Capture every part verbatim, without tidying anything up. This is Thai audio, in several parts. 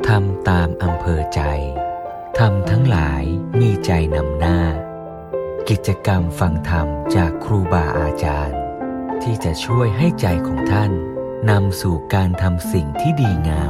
ทำตามอำเภอใจทำทั้งหลายมีใจนำหน้ากิจกรรมฟังธรรมจากครูบาอาจารย์ที่จะช่วยให้ใจของท่านนำสู่การทำสิ่งที่ดีงาม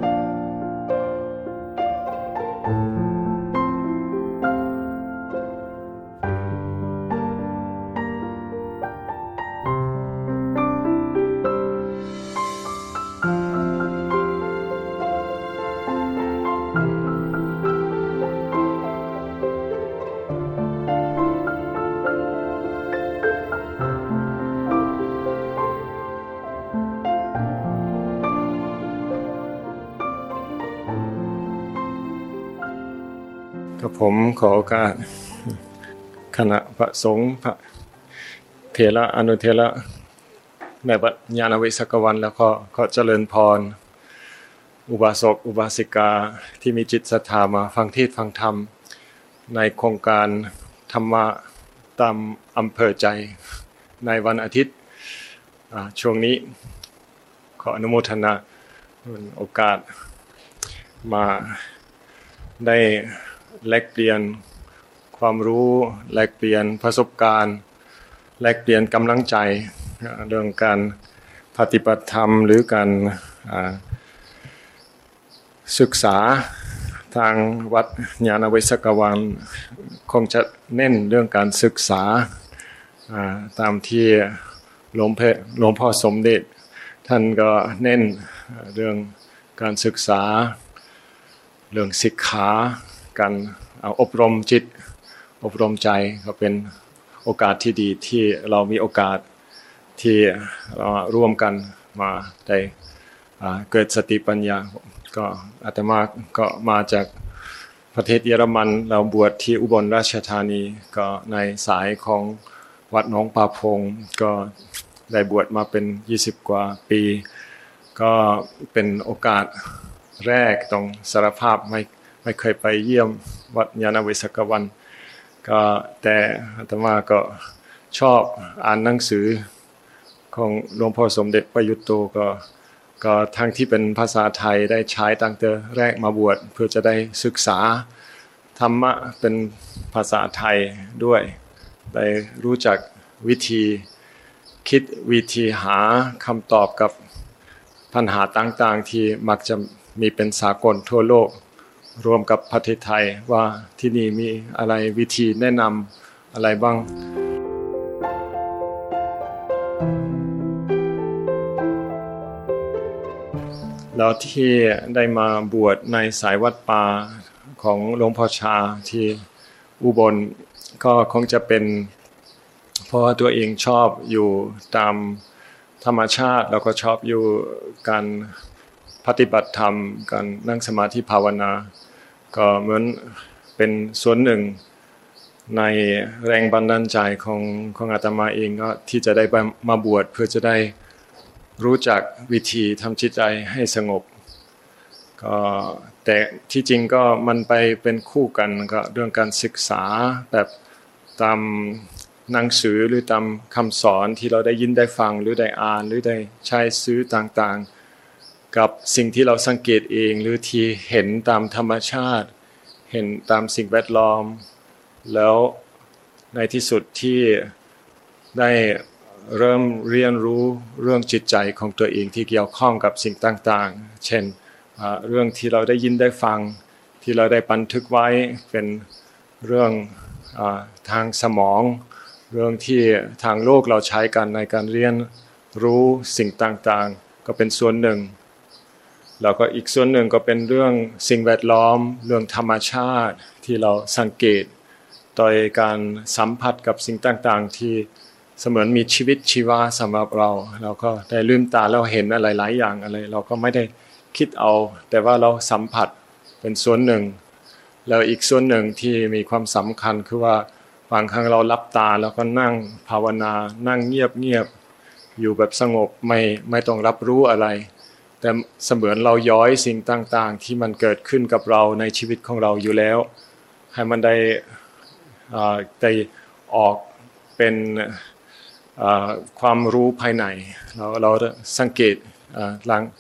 ผมขอโอกาสคณะพระสงฆ์พระเถระอนุเถระในวัดญาณวิสกวันแล้วก็ขอเจริญพรอุบาสกอุบาสิกาที่มีจิตศรัทธามาฟังเทศน์ฟังธรรมในโครงการธรรมะตามอำเภอใจในวันอาทิตย์ช่วงนี้ขออนุโมทนาโอกาสมาได้แลกเปลี่ยนความรู้แลกเปลี่ยนประสบการณ์แลกเปลี่ยนกำลังใจเรื่องการปฏิบัติธรรมหรือการศึกษาทางวัดญาณวิสกวันคงจะเน้นเรื่องการศึกษาตามที่หลวงพ่อหลวงพ่อสมเด็จท่านก็เน้นเรื่องการศึกษาเรื่องศิกขาการอบรมจิตอบรมใจก็เป็นโอกาสที่ดีที่เรามีโอกาสที่เราร่วมกันมาได้เกิดสติปัญญาก็อาตมาก็มาจากประเทศเยอรมันเราบวชที่อุบลราชธานีก็ในสายของวัดหนองปลาพงก็ได้บวชมาเป็นยี่สิบกว่าปีก็เป็นโอกาสแรกต้องสารภาพไม่ไม่เคยไปเยี่ยมวัดญาณวิสกวันก็แต่อาตมาก็ชอบอ่านหนังสือของหลวงพ่อสมเด็จประยุตโตก็ก็ทั้งที่เป็นภาษาไทยได้ใช้ตั้งแต่แรกมาบวชเพื่อจะได้ศึกษาธรรมะเป็นภาษาไทยด้วยได้รู้จักวิธีคิดวิธีหาคำตอบกับปัญหาต่างๆที่มักจะมีเป็นสากลทั่วโลกรวมกับประเทศไทยว่าที่นี่มีอะไรวิธีแนะนำอะไรบ้างแล้วที่ได้มาบวชในสายวัดป่าของหลวงพ่อชาที่อุบลก็คงจะเป็นเพราะว่าตัวเองชอบอยู่ตามธรรมชาติแล้วก็ชอบอยู่การปฏิบัติธรรมการนั่งสมาธิภาวนาก็เหมือนเป็นส่วนหนึ่งในแรงบันดาลใจของของอาตมาเองก็ที่จะได้มาบวชเพื่อจะได้รู้จักวิธีทำจิตใจให้สงบก็แต่ที่จริงก็มันไปเป็นคู่กันก็เรื่องการศึกษาแบบตามหนังสือหรือตามคำสอนที่เราได้ยินได้ฟังหรือได้อ่านหรือได้ใช้ซื้อต่างๆกับสิ่งที่เราสังเกตเองหรือที่เห็นตามธรรมชาติเห็นตามสิ่งแวดล้อมแล้วในที่สุดที่ได้เริ่มเรียนรู้เรื่องจิตใจของตัวเองที่เกี่ยวข้องกับสิ่งต่างๆเช่นเรื่องที่เราได้ยินได้ฟังที่เราได้บันทึกไว้เป็นเรื่องทางสมองเรื่องที่ทางโลกเราใช้กันในการเรียนรู้สิ่งต่างๆก็เป็นส่วนหนึ่งแล้วก็อีกส่วนหนึ่งก็เป็นเรื่องสิ่งแวดล้อมเรื่องธรรมชาติที่เราสังเกตโดยการสัมผัสกับสิ่งต่างๆที่เสมือนมีชีวิตชีวาสำหรับเราเราก็ได้ลืมตาแล้วเห็นอะไรหลายอย่างอะไรเราก็ไม่ได้คิดเอาแต่ว่าเราสัมผัสเป็นส่วนหนึ่งแล้วอีกส่วนหนึ่งที่มีความสำคัญคือว่าบางครั้งเราลับตาแล้วก็นั่งภาวนานั่งเงียบๆอยู่แบบสงบไม่ไม่ต้องรับรู้อะไรแต่เสมือนเราย้อยสิ่งต่างๆที่มันเกิดขึ้นกับเราในชีวิตของเราอยู่แล้วให้มันได้ได้ออกเป็นความรู้ภายในเราเราสังเกตหลัง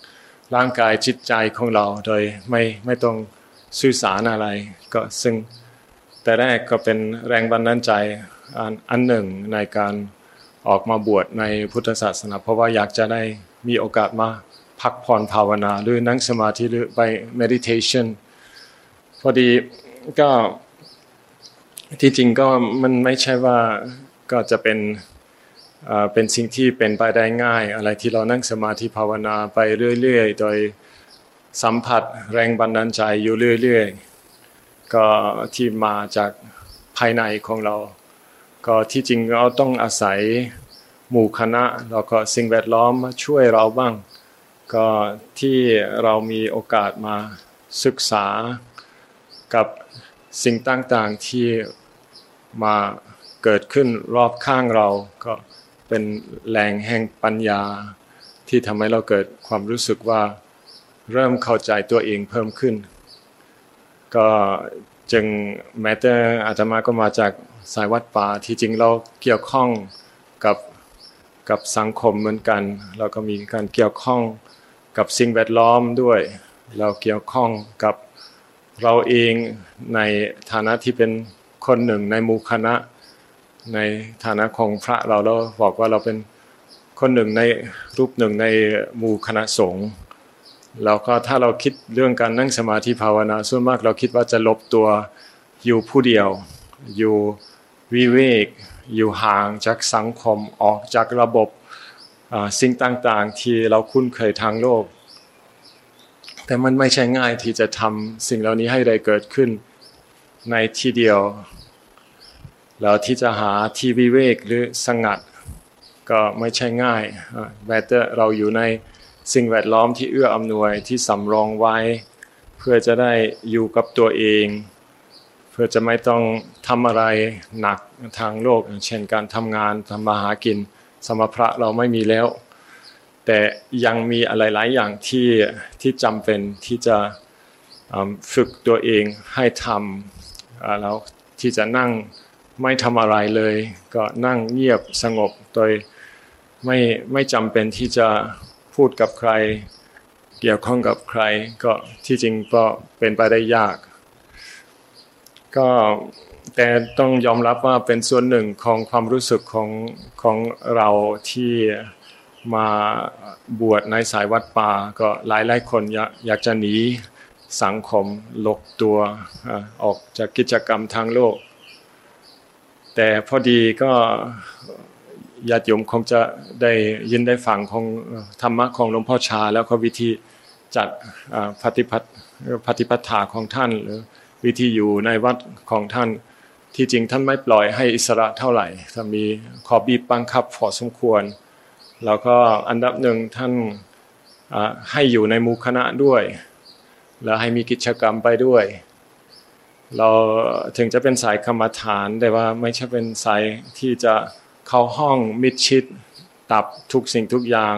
ร่างกายจิตใจของเราโดยไม่ไม่ต้องสื่อสารอะไรก็ซึ่งแต่แรกก็เป็นแรงบันดาลใจอันอันหนึ่งในการออกมาบวชในพุทธศาสนาเพราะว่าอยากจะได้มีโอกาสมาพักผ่อนภาวนาหรือนั่งสมาธิหรือไป meditation พอดีก็ที่จริงก็มันไม่ใช่ว่าก็จะเป็นเป็นสิ่งที่เป็นไปได้ง่ายอะไรที่เรานั่งสมาธิภาวนาไปเรื่อยๆโดยสัมผัสแรงบันดาลใจอยู่เรื่อยๆก็ที่มาจากภายในของเราก็ที่จริงเราต้องอาศัยหมู่คณะแล้วก็สิ่งแวดล้อมมาช่วยเราบ้างก็ที่เรามีโอกาสมาศึกษากับสิ่งต่างๆที่มาเกิดขึ้นรอบข้างเราก็เป็นแหล่งแห่งปัญญาที่ทำให้เราเกิดความรู้สึกว่าเริ่มเข้าใจตัวเองเพิ่มขึ้นก็จึงแม้แต่อาตมาก็มาจากสายวัดป่าที่จริงเราเกี่ยวข้องกับกับสังคมเหมือนกันเราก็มีการเกี่ยวข้องกับสิ่งแวดล้อมด้วยเราเกี่ยวข้องกับเราเองในฐานะที่เป็นคนหนึ่งในหมู่คณะในฐานะของพระเราเราบอกว่าเราเป็นคนหนึ่งในรูปหนึ่งในหมู่คณะสงฆ์แล้วก็ถ้าเราคิดเรื่องการนั่งสมาธิภาวนาส่วนมากเราคิดว่าจะลบตัวอยู่ผู้เดียวอยู่วิเวกอยู่ห่างจากสังคมออกจากระบบสิ่งต่างๆที่เราคุ้นเคยทางโลกแต่มันไม่ใช่ง่ายที่จะทำสิ่งเหล่านี้ให้ได้เกิดขึ้นในที่เดียวแล้วที่จะหาที่วิเวกหรือสงัดก็ไม่ใช่ง่ายแม้แต่เราอยู่ในสิ่งแวดล้อมที่เอื้ออำนวยที่สำรองไว้เพื่อจะได้อยู่กับตัวเองเพื่อจะไม่ต้องทำอะไรหนักทางโลกเช่นการทำงานทำมาหากินสมภะเราไม่มีแล้วแต่ยังมีอะไรหลายอย่างที่ที่จำเป็นที่จะฝึกตัวเองให้ทำแล้วที่จะนั่งไม่ทำอะไรเลยก็นั่งเงียบสงบโดยไม่ไม่จำเป็นที่จะพูดกับใครเกี่ยวข้องกับใครก็ที่จริงก็เป็นไปได้ยากก็แต่ต้องยอมรับว่าเป็นส่วนหนึ่งของความรู้สึกของของเราที่มาบวชในสายวัดป่าก็หลายหลายคนอยากอยากจะหนีสังคมหลบตัวออกจากกิจกรรมทางโลกแต่พอดีก็ญาติโยมคงจะได้ยินได้ฟังของธรรมะของหลวงพ่อชาแล้วก็วิธีจัดปฏิบัติปฏิปทาของท่านหรือวิธีอยู่ในวัดของท่านที่จริงท่านไม่ปล่อยให้อิสระเท่าไหร่ถ้ามีขอบีบบังคับพอสมควรแล้วก็อันดับหนึ่งท่านให้อยู่ในหมู่คณะด้วยแล้วให้มีกิจกรรมไปด้วยเราถึงจะเป็นสายกรรมฐานแต่ว่าไม่ใช่เป็นสายที่จะเข้าห้องมิดชิดตับทุกสิ่งทุกอย่าง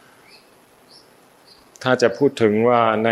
ถ้าจะพูดถึงว่าใน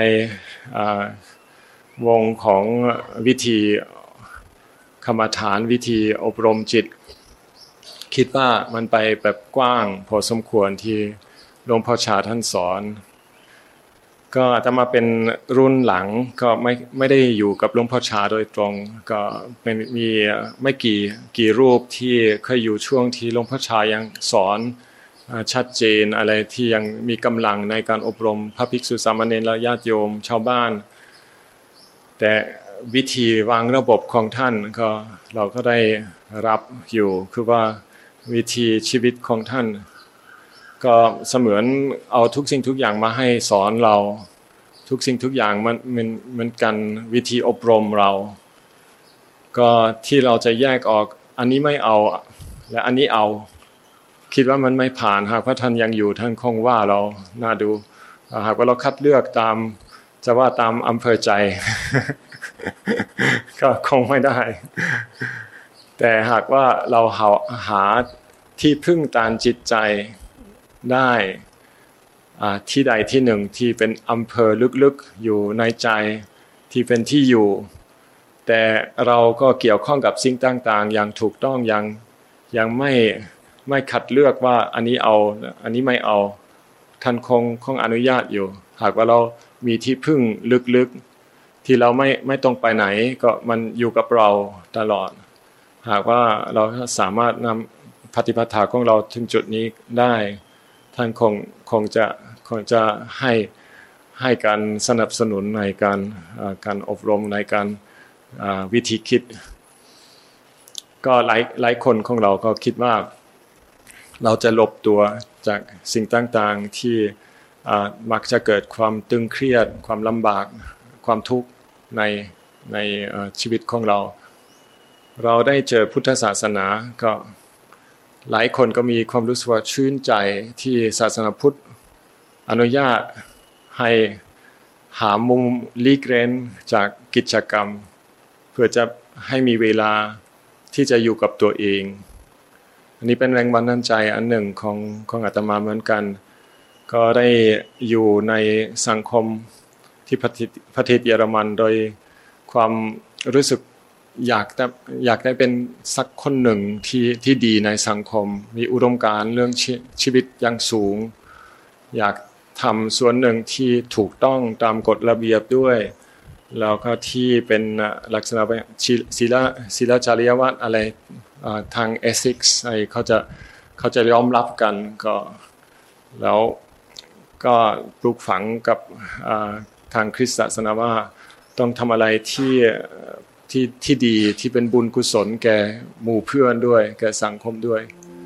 วงของวิธีกรรมฐานวิธีอบรมจิตคิดว่ามันไปแบบกว้างพอสมควรที่หลวงพ่อชาท่านสอนก็อาตมาเป็นรุ่นหลังก็ไม่ไม่ได้อยู่กับหลวงพ่อชาโดยตรงก็เป็นมีไม่กี่กี่รูปที่เคยอยู่ช่วงที่หลวงพ่อชายังสอนชัดเจนอะไรที่ยังมีกำลังในการอบรมพระภิกษุสามเณรและญาติโยมชาวบ้านแต่วิธีวางระบบของท่านก็เราก็ได้รับอยู่คือว่าวิธีชีวิตของท่านก็เสมือนเอาทุกสิ่งทุกอย่างมาให้สอนเราทุกสิ่งทุกอย่างมันมันเหมือนกันวิธีอบรมเราก็ที่เราจะแยกออกอันนี้ไม่เอาและอันนี้เอาคิดว่ามันไม่ผ่านหากพระท่านยังอยู่ท่านคงว่าเราน่าดูหากว่าเราคัดเลือกตามจะว่าตามอำเภอใจ ก็คงไม่ได้แต่หากว่าเราหาหาที่พึ่งทางจิตใจได้ที่ใดที่หนึ่งที่เป็นอำเภอลึกๆอยู่ในใจที่เป็นที่อยู่แต่เราก็เกี่ยวข้องกับสิ่งต่างๆอย่างถูกต้องยังยังไม่ไม่ขัดเลือกว่าอันนี้เอาอันนี้ไม่เอาท่านคงคงอนุญาตอยู่หากว่าเรามีที่พึ่งลึกๆที่เราไม่ไม่ต้องไปไหนก็มันอยู่กับเราตลอดหากว่าเราสามารถนำปฏิปทาของเราถึงจุดนี้ได้ท่านคงคงจะคงจะให้ให้การสนับสนุนในการการอบรมในการวิธีคิดก็หลายหลายคนของเราก็คิดว่าเราจะหลบตัวจากสิ่งต่างๆที่มักจะเกิดความตึงเครียดความลำบากความทุกข์ในในชีวิตของเราเราได้เจอพุทธศาสนาก็หลายคนก็มีความรู้สึกว่าชื่นใจที่ศาสนาพุทธอนุญาตให้หามุมลีกเร้นจากกิจกรรมเพื่อจะให้มีเวลาที่จะอยู่กับตัวเองอันนี้เป็นแรงบันดาลใจอันหนึ่งของของอาตมาเหมือนกันก็ได้อยู่ในสังคมที่ประเทศเยอรมันโดยความรู้สึกอยากได้อยากได้เป็นสักคนหนึ่งที่ที่ดีในสังคมมีอุดมการณ์เรื่องชีวิตอย่างสูงอยากทำส่วนหนึ่งที่ถูกต้องตามกฎระเบียบด้วยแล้วก็ที่เป็นลักษณะศีลศีลจริยวัตรอะไรทาง ethics อะไรเขาจะเขาจะยอมรับกันก็แล้วก็ปลูกฝังกับทางคริสตศาสนาว่าต้องทำอะไรที่ที่ที่ดีที่เป็นบุญกุศลแก่หมู่เพื่อนด้วยแก่สังคมด้วย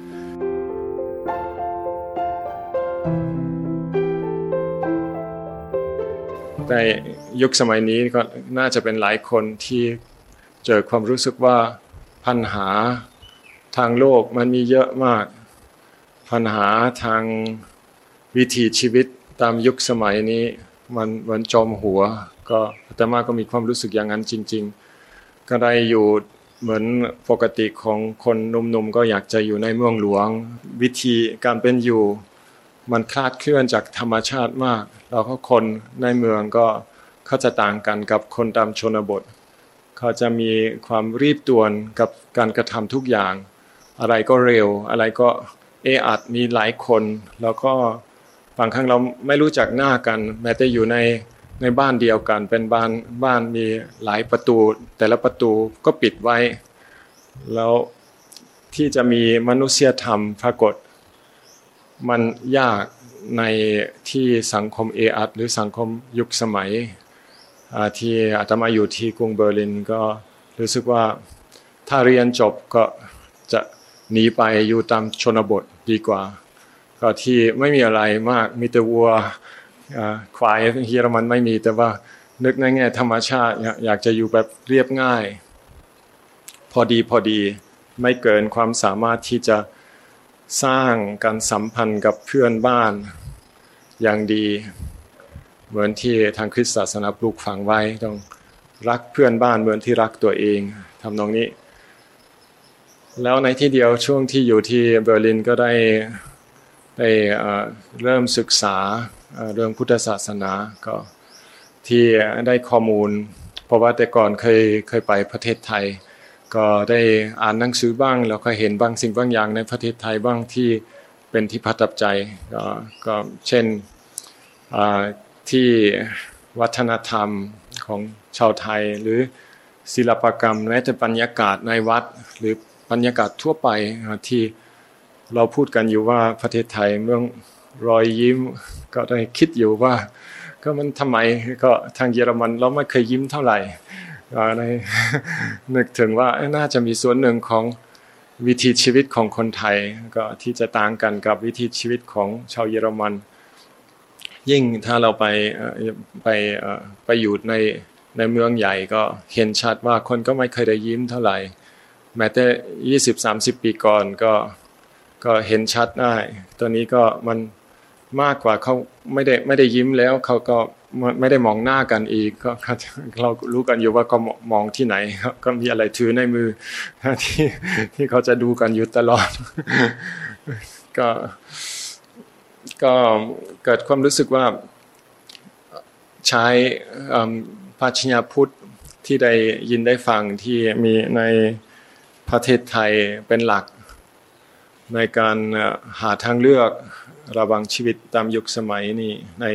ในยุคสมัยนี้ก็น่าจะเป็นหลายคนที่เจอความรู้สึกว่าปัญหาทางโลกมันมีเยอะมากปัญหาทางวิถีชีวิตตามยุคสมัยนี้มันเหมือนจมหัวก็อาตมาก็มีความรู้สึกอย่างนั้นจริงๆก็ได้อยู่เหมือนปกติของคนหนุ่มๆก็อยากจะอยู่ในเมืองหลวงวิธีการเป็นอยู่มันคลาดเคลื่อนจากธรรมชาติมากแล้วก็คนในเมืองก็เขาจะต่างกันกับคนตามชนบทเขาจะมีความรีบด่วนกับการกระทำทุกอย่างอะไรก็เร็วอะไรก็เออัดมีหลายคนแล้วก็บางครั้งเราไม่รู้จักหน้ากันแม้แต่อยู่ในในบ้านเดียวกันเป็นบ้านบ้านมีหลายประตูแต่ละประตูก็ปิดไว้แล้วที่จะมีมนุษยธรรมปรากฏมันยากในที่สังคมเออัดหรือสังคมยุคสมัยที่อาตมาอยู่ที่กรุงเบอร์ลินก็รู้สึกว่าถ้าเรียนจบก็จะหนีไปอยู่ตามชนบทดีกว่าก็ที่ไม่มีอะไรมากมีแต่วัวควายเยอรมันไม่มีแต่ว่านึกในแง่ธรรมชาติอยากจะอยู่แบบเรียบง่ายพอดีพอดีไม่เกินความสามารถที่จะสร้างการสัมพันธ์กับเพื่อนบ้านอย่างดีเหมือนที่ทางคริสตศาสนาปลูกฝังไว้ต้องรักเพื่อนบ้านเหมือนที่รักตัวเองทำตรงนี้แล้วในที่เดียวช่วงที่อยู่ที่เบอร์ลินก็ได้ได้เริ่มศึกษาเรื่องพุทธศาสนาก็ที่ได้ข้อมูลเพราะว่าแต่ก่อนเคยเคยไปประเทศไทยก็ได้อ่านหนังสือบ้างแล้วก็เห็นบางสิ่งบางอย่างในประเทศไทยบ้างที่เป็นที่ประทับใจก็ก็เช่นที่วัฒนธรรมของชาวไทยหรือศิลปกรรมแม้แต่บรรยากาศในวัดหรือบรรยากาศทั่วไปที่เราพูดกันอยู่ว่าประเทศไทยเมืองรอยยิ้มก็ได้คิดอยู่ว่าก็มันทำไมก็ทางเยอรมันเราไม่เคยยิ้มเท่าไหร่ก็ได้นึกถึงว่าน่าจะมีส่วนหนึ่งของวิถีชีวิตของคนไทยก็ที่จะต่างกันกับวิถีชีวิตของชาวเยอรมันยิ่งถ้าเราไปไปไปอยู่ในในเมืองใหญ่ก็เห็นชัดว่าคนก็ไม่เคยได้ยิ้มเท่าไหร่แม้แต่ ยี่สิบถึงสามสิบ ปีก่อนก็ก็เห็นชัดได้ตอนนี้ก็มันมากกว่าเขาไม่ได้ไม่ได้ยิ้มแล้วเขาก็ไม่ได้มองหน้ากันอีกก็เรารู้กันอยู่ว่าก็มองที่ไหนก็มีอะไรถือในมือที่ที่เขาจะดูกันอยู่ตลอดก็ก็เกิดความรู้สึกว่าใช้ภาชญาพุทธที่ได้ยินได้ฟังที่มีในประเทศไทยเป็นหลักในการหาทางเลือกระหว่างชีวิตตามยุคสมัยนี้ใน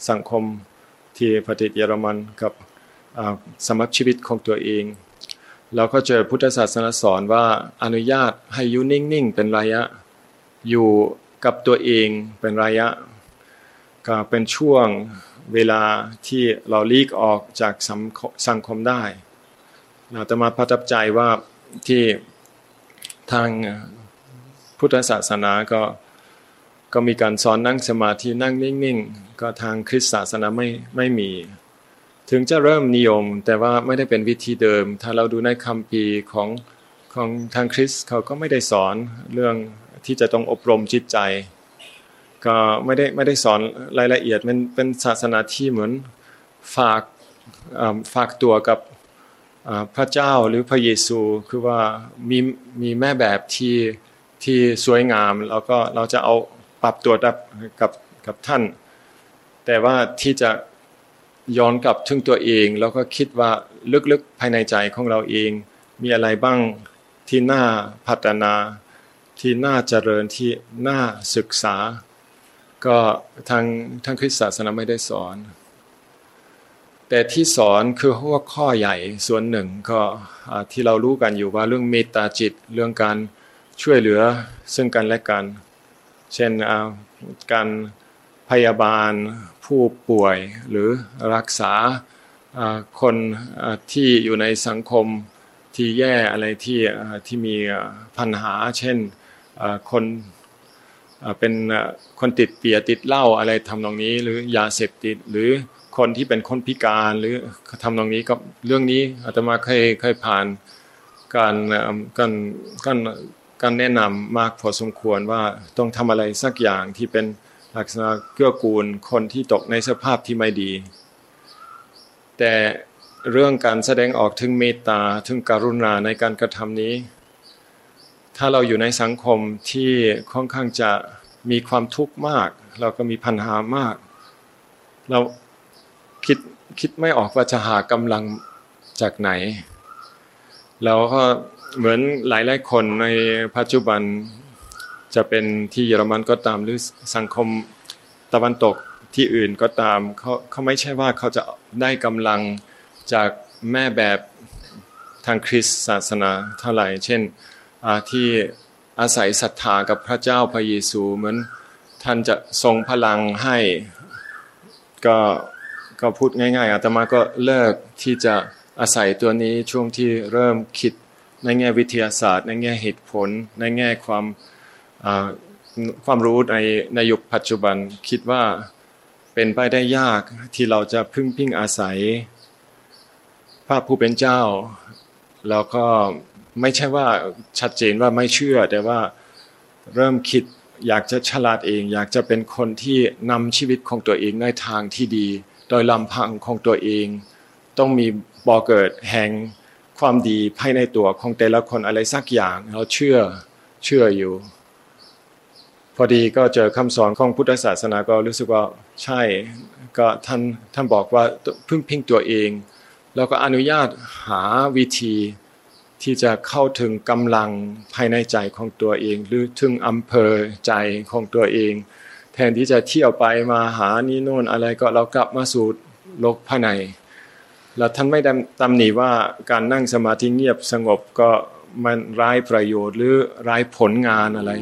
สังคมที่ประเทศเยอรมันกับสมรรถชีวิตของตัวเองเราก็เจอพุทธศาสนาสอนว่าอนุญาตให้อยู่นิ่งๆเป็นระยะอยู่กับตัวเองเป็นระยะก็เป็นช่วงเวลาที่เราลีกออกจากสังคมได้เราจะมาประทับใจว่าที่ทางพุทธศาสนาก็ก็มีการสอนนั่งสมาธินั่งนิ่งๆก็ทางคริสต์ศาสนาไม่ไม่มีถึงจะเริ่มนิยมแต่ว่าไม่ได้เป็นวิธีเดิมถ้าเราดูในคัมภีร์ของของทางคริสต์เขาก็ไม่ได้สอนเรื่องที่จะต้องอบรมจิตใจก็ไม่ได้ไม่ได้สอนรายละเอียดมันเป็นศาสนาที่เหมือนฝากฝากตัวกับพระเจ้าหรือพระเยซูคือว่ามีมีแม่แบบที่ที่สวยงามแล้วก็เราจะเอาปรับตัวกับกับกับท่านแต่ว่าที่จะย้อนกลับถึงตัวเองแล้วก็คิดว่าลึกๆภายในใจของเราเองมีอะไรบ้างที่น่าพัฒนาที่น่าเจริญที่น่าศึกษาก็ทางทางคริสตศาสนาไม่ได้สอนแต่ที่สอนคือหัวข้อใหญ่ส่วนหนึ่งก็ที่เรารู้กันอยู่ว่าเรื่องเมตตาจิตเรื่องการช่วยเหลือซึ่งกันและกันเช่นการพยาบาลผู้ป่วยหรือรักษาคนที่อยู่ในสังคมที่แย่อะไรที่ที่มีปัญหาเช่นคนเป็นคนติดเปียติดเหล้าอะไรทำตรงนี้หรือยาเสพติดหรือคนที่เป็นคนพิการหรือทำตรงนี้ก็เรื่องนี้อาตมาเคยเคยผ่านการการการการแนะนำมากพอสมควรว่าต้องทำอะไรสักอย่างที่เป็นลักษณะเกื้อกูลคนที่ตกในสภาพที่ไม่ดีแต่เรื่องการแสดงออกถึงเมตตาถึงกรุณาในการกระทำนี้ถ้าเราอยู่ในสังคมที่ค่อนข้างจะมีความทุกข์มากเราก็มีปัญหามากเราคิดคิดไม่ออกว่าจะหากำลังจากไหนเราก็เหมือนหลายๆคนในปัจจุบันจะเป็นที่เยอรมันก็ตามหรือสังคมตะวันตกที่อื่นก็ตามเขาเขาไม่ใช่ว่าเขาจะได้กำลังจากแม่แบบทางคริสต์ศาสนาเท่าไหร่เช่นที่อาศัยศรัทธากับพระเจ้าพระเยซูเหมือนท่านจะทรงพลังให้ก็ก็พูดง่ายๆอาตมาก็เลิกที่จะอาศัยตัวนี้ช่วงที่เริ่มคิดในแง่วิทยาศาสตร์ในแง่เหตุผลในแง่ความความรู้ในในยุคปัจจุบันคิดว่าเป็นไปได้ยากที่เราจะพึ่งพิงอาศัยพระผู้เป็นเจ้าแล้วก็ไม่ใช่ว่าชัดเจนว่าไม่เชื่อแต่ว่าเริ่มคิดอยากจะฉลาดเองอยากจะเป็นคนที่นำชีวิตของตัวเองในทางที่ดีโดยลำพังของตัวเองต้องมีบ่อเกิดแห่งความดีภายในตัวของแต่ละคนอะไรสักอย่างเราเชื่อเชื่ออยู่พอดีก็เจอคำสอนของพุทธศาสนาก็รู้สึกว่าใช่ก็ท่านท่านบอกว่าพึ่งพิงตัวเองแล้วก็อนุญาตหาวิธีที่จะเข้าถึงกำลังภายในใจของตัวเองหรือถึงอำเภอใจของตัวเองแทนที่จะเที่ยวไปมาหานี่โน่นอะไรก็เรากลับมาสู่โลกภายในแล้วท่านไม่ตำหนิว่าการนั่งสมาธิเงียบสงบก็มันไร้ประโยชน์หรือไร้ผลงานอะไร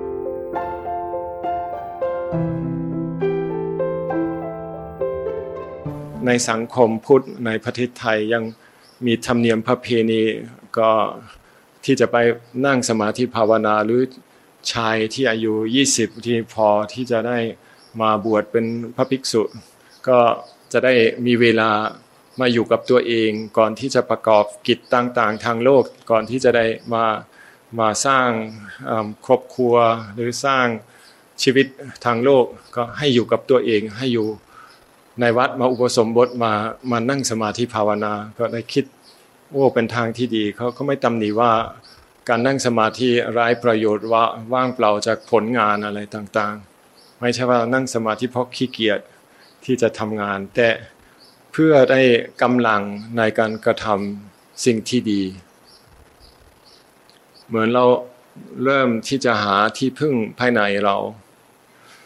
ในสังคมพุทธในประเทศไทยยังมีธรรมเนียมประเพณีก็ที่จะไปนั่งสมาธิภาวนาหรือชายที่อายุยี่สิบที่พอที่จะได้มาบวชเป็นพระภิกษุก็จะได้มีเวลามาอยู่กับตัวเองก่อนที่จะประกอบกิจต่างๆทางโลกก่อนที่จะได้มามาสร้างครอบครัวหรือสร้างชีวิตทางโลกก็ให้อยู่กับตัวเองให้อยู่ในวัดมาอุปสมบทมามานั่งสมาธิภาวนาก็ได้คิดโอ้เป็นทางที่ดีเขาก็ไม่ตำหนิว่าการนั่งสมาธิไร้ประโยชน์ว่าว่างเปล่าจากผลงานอะไรต่างๆไม่ใช่ว่านั่งสมาธิเพราะขี้เกียจที่จะทำงานแต่เพื่อได้กำลังในการกระทำสิ่งที่ดีเหมือนเราเริ่มที่จะหาที่พึ่งภายในเรา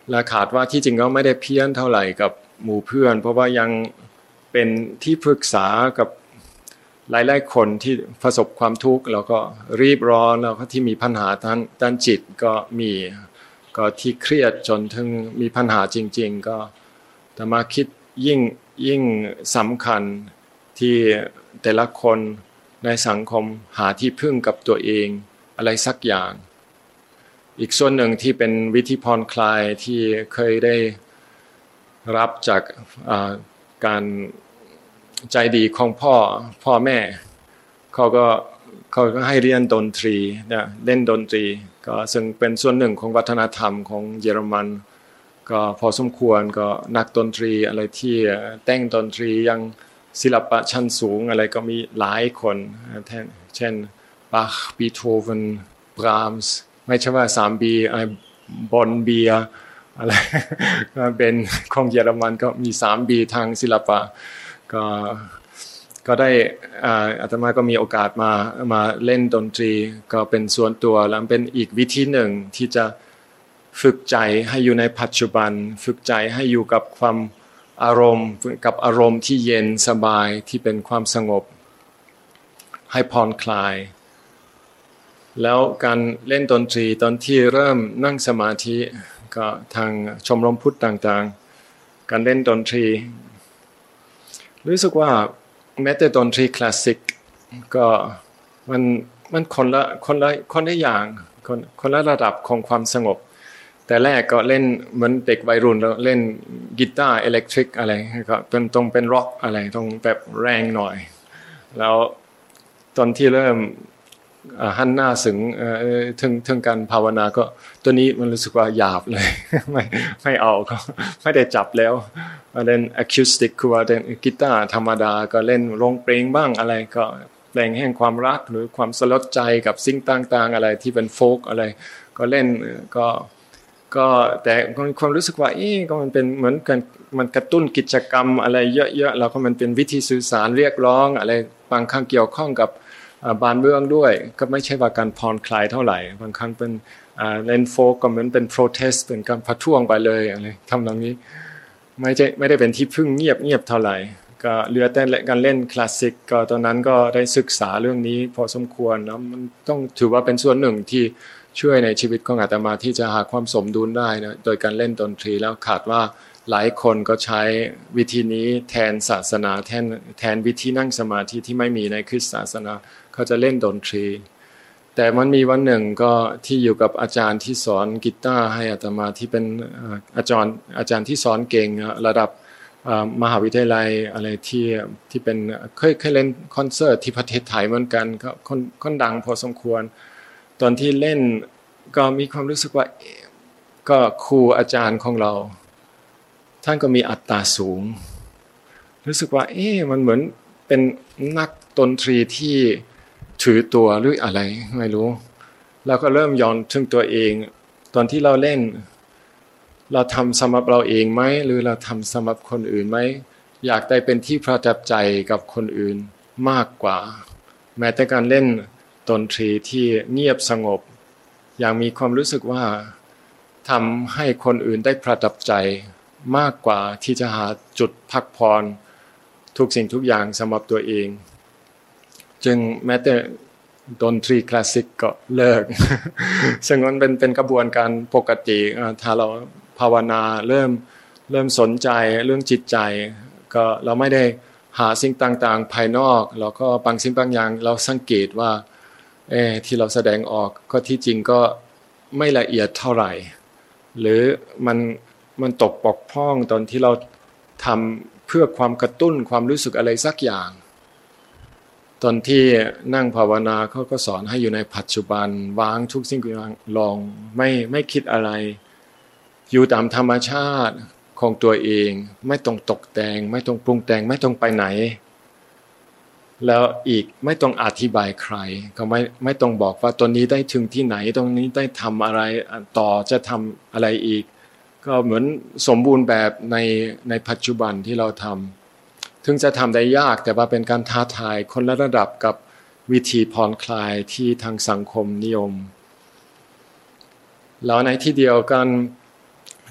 และขาดว่าที่จริงก็ไม่ได้เพี้ยนเท่าไหร่กับหมู่เพื่อนเพราะว่ายังเป็นที่ปรึกษากับหลายๆคนที่ประสบความทุกข์แล้วก็รีบร้อนแล้วก็ที่มีปัญหาด้านด้านจิตก็มีก็ที่เครียดจนถึงมีปัญหาจริงๆก็แต่มาคิดยิ่งยิ่งสำคัญที่แต่ละคนในสังคมหาที่พึ่งกับตัวเองอะไรสักอย่างอีกส่วนหนึ่งที่เป็นวิธีผ่อนคลายที่เคยได้รับจากการใจดีของพ่อพ่อแม่เขาก็เขาก็ให้เรียนดนตรีเนี่ยเล่นดนตรีก็ซึ่งเป็นส่วนหนึ่งของวัฒนธรรมของเยอรมันก็พอสมควรก็นักดนตรีอะไรที่แต่งดนตรียังศิลปะชั้นสูงอะไรก็มีหลายคนเช่นบาค์บีโธเฟนบรามส์ไม่ใช่ว่าสามบีอะไรบอนเบียอะไรเป็นของเยอรมันก็มีสามบีทางศิลปะก็ก็ได้อาตมาก็มีโอกาสมามาเล่นดนตรีก็เป็นส่วนตัวแล้วเป็นอีกวิธีหนึ่งที่จะฝึกใจให้อยู่ในปัจจุบันฝึกใจให้อยู่กับความอารมณ์กับอารมณ์ที่เย็นสบายที่เป็นความสงบให้ผ่อนคลายแล้วการเล่นดนตรีตอนที่เริ่มนั่งสมาธิก็ทางชมรมพุทธต่างๆการเล่นดนตรีรู้สึกว่าแม้แต่ดนตรีคลาสสิกก็มันมันคนละคนละคนละอย่างคนคนละระดับของความสงบแต่แรกก็เล่นเหมือนเด็กวัยรุ่นแล้วเล่นกีตาร์อิเล็กทริกอะไรก็เป็นตรงเป็นร็อกอะไรต้องแบบแรงหน่อยแล้วตอนที่เริ่มหันหน้าถึงถึงถึงการภาวนาก็ตัวนี้มันรู้สึกว่าหยาบเลยไม่ไม่เอาก็ไม่ได้จับแล้วเล่นอะคูสติกคือว่าเล่นกีตาร์ธรรมดาก็เล่นร้องเพลงบ้างอะไรก็เพลงแห่งความรักหรือความสลดใจกับสิ่งต่างๆอะไรที่เป็นโฟกอะไรก็เล่นก็ก็แต่ความรู้สึกว่าเอ๊ะก็มันเป็นเหมือนกันมันกระตุ้นกิจกรรมอะไรเยอะๆแล้วก็มันเป็นวิธีสื่อสารเรียกร้องอะไรบางครั้งเกี่ยวข้องกับบ้านเมืองด้วยก็ไม่ใช่ว่าการผ่อนคลายเท่าไหร่บางครั้งเป็นเล่นโฟกก็เหมือนเป็นโปรเทสต์เป็นการประท้วงไปเลยอะไรทำตรงนี้ไม่ใช่ไม่ได้เป็นที่พึ่งเงียบเงียบเท่าไหร่ก็เหลือแต่การเล่นคลาสสิกก็ตอนนั้นก็ได้ศึกษาเรื่องนี้พอสมควรแล้วมันต้องถือว่าเป็นส่วนหนึ่งที่ช่วยในชีวิตของอาตมาที่จะหาความสมดุลได้นะโดยการเล่นดนตรีแล้วขาดว่าหลายคนก็ใช้วิธีนี้แทนศาสนาแทนแทนวิธีนั่งสมาธิที่ไม่มีในคริสตศาสนาเขาจะเล่นดนตรีแต่มันมีวันหนึ่งก็ที่อยู่กับอาจารย์ที่สอนกีตาร์ให้อาตมาที่เป็นอาจารย์อาจารย์ที่สอนเก่งระดับมหาวิทยาลัยอะไรที่ที่เป็นเคยเคยเล่นคอนเสิร์ตที่ประเทศไทยเหมือนกันก็คนคนดังพอสมควรตอนที่เล่นก็มีความรู้สึกว่าก็ครูอาจารย์ของเราท่านก็มีอัตตาสูงรู้สึกว่าเอ๊ะมันเหมือนเป็นนักดนตรีที่ถือตัวหรืออะไรไม่รู้แล้วก็เริ่มย้อนถึงตัวเองตอนที่เราเล่นเราทำสำหรับเราเองไหมหรือเราทำสำหรับคนอื่นไหมอยากได้เป็นที่ประทับใจกับคนอื่นมากกว่าแม้แต่การเล่นดนตรีที่เงียบสงบอย่างมีความรู้สึกว่าทำให้คนอื่นได้ประทับใจมากกว่าที่จะหาจุดพักผ่อนทุกสิ่งทุกอย่างสำหรับตัวเองจึงแม้แต่ดนตรีคลาสสิกก็เลิก ซึ่งมันเป็นเป็นกระบวนการปกติถ้าเราภาวนาเริ่มเริ่มสนใจเรื่องจิตใจก็เราไม่ได้หาสิ่งต่างๆภายนอกแล้วก็บางสิ่งบางอย่างเราสังเกตว่าเออที่เราแสดงออกก็ที่จริงก็ไม่ละเอียดเท่าไหร่หรือมันมันตกปกพร่องตอนที่เราทำเพื่อความกระตุ้นความรู้สึกอะไรสักอย่างตอนที่นั่งภาวนาเขาก็สอนให้อยู่ในปัจจุบันวางทุกสิ่งทุกอย่างลองไม่ไม่คิดอะไรอยู่ตามธรรมชาติของตัวเองไม่ต้องตกแต่งไม่ต้องปรุงแต่งไม่ต้องไปไหนแล้วอีกไม่ต้องอธิบายใครก็ไม่ไม่ต้องบอกว่าตอนนี้ได้ถึงที่ไหนตรงนี้ได้ทำอะไรต่อจะทำอะไรอีกก็เหมือนสมบูรณ์แบบในในปัจจุบันที่เราทำถึงจะทำได้ยากแต่ว่าเป็นการท้าทายคนละระดับกับวิธีผ่อนคลายที่ทางสังคมนิยมแล้วในที่เดียวกัน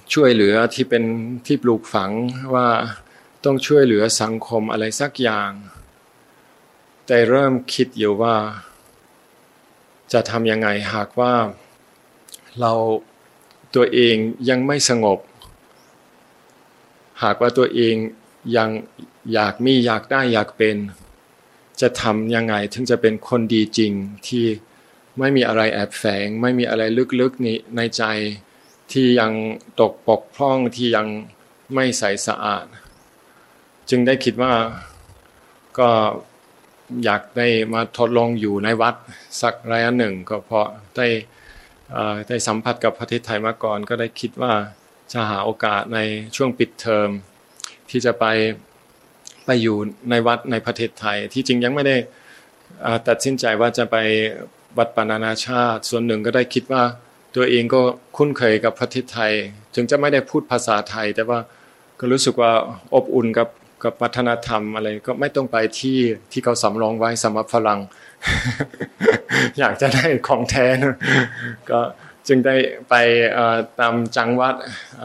ช่วยเหลือที่เป็นที่ปลูกฝังว่าต้องช่วยเหลือสังคมอะไรสักอย่างแต่เริ่มคิดอยู่ว่าจะทำยังไงหากว่าเราตัวเองยังไม่สงบหากว่าตัวเองยังอยากมีอยากได้อยากเป็นจะทำยังไงถึงจะเป็นคนดีจริงที่ไม่มีอะไรแอบแฝงไม่มีอะไรลึกๆในในใจที่ยังตกปกพร่องที่ยังไม่ใสสะอาดจึงได้คิดว่าก็อยากได้มาทดลองอยู่ในวัดสักระยะหนึ่งก็เพราะได้ได้สัมผัสกับประเทศไทยมาก่อนก็ได้คิดว่าจะหาโอกาสในช่วงปิดเทอมที่จะไปไปอยู่ในวัดในประเทศไทยที่จริงยังไม่ได้ตัดสินใจว่าจะไปวัดปานานาชาติส่วนหนึ่งก็ได้คิดว่าตัวเองก็คุ้นเคยกับประเทศไทยถึงจะไม่ได้พูดภาษาไทยแต่ว่าก็รู้สึกว่าอบอุ่นกับกับวัฒนธรรมอะไรก็ไม่ต้องไปที่ที่เขาสำรองไว้สำหรับฝรั่ง อยากจะได้ของแท้นะก็จึงได้ไปตามจังหวัด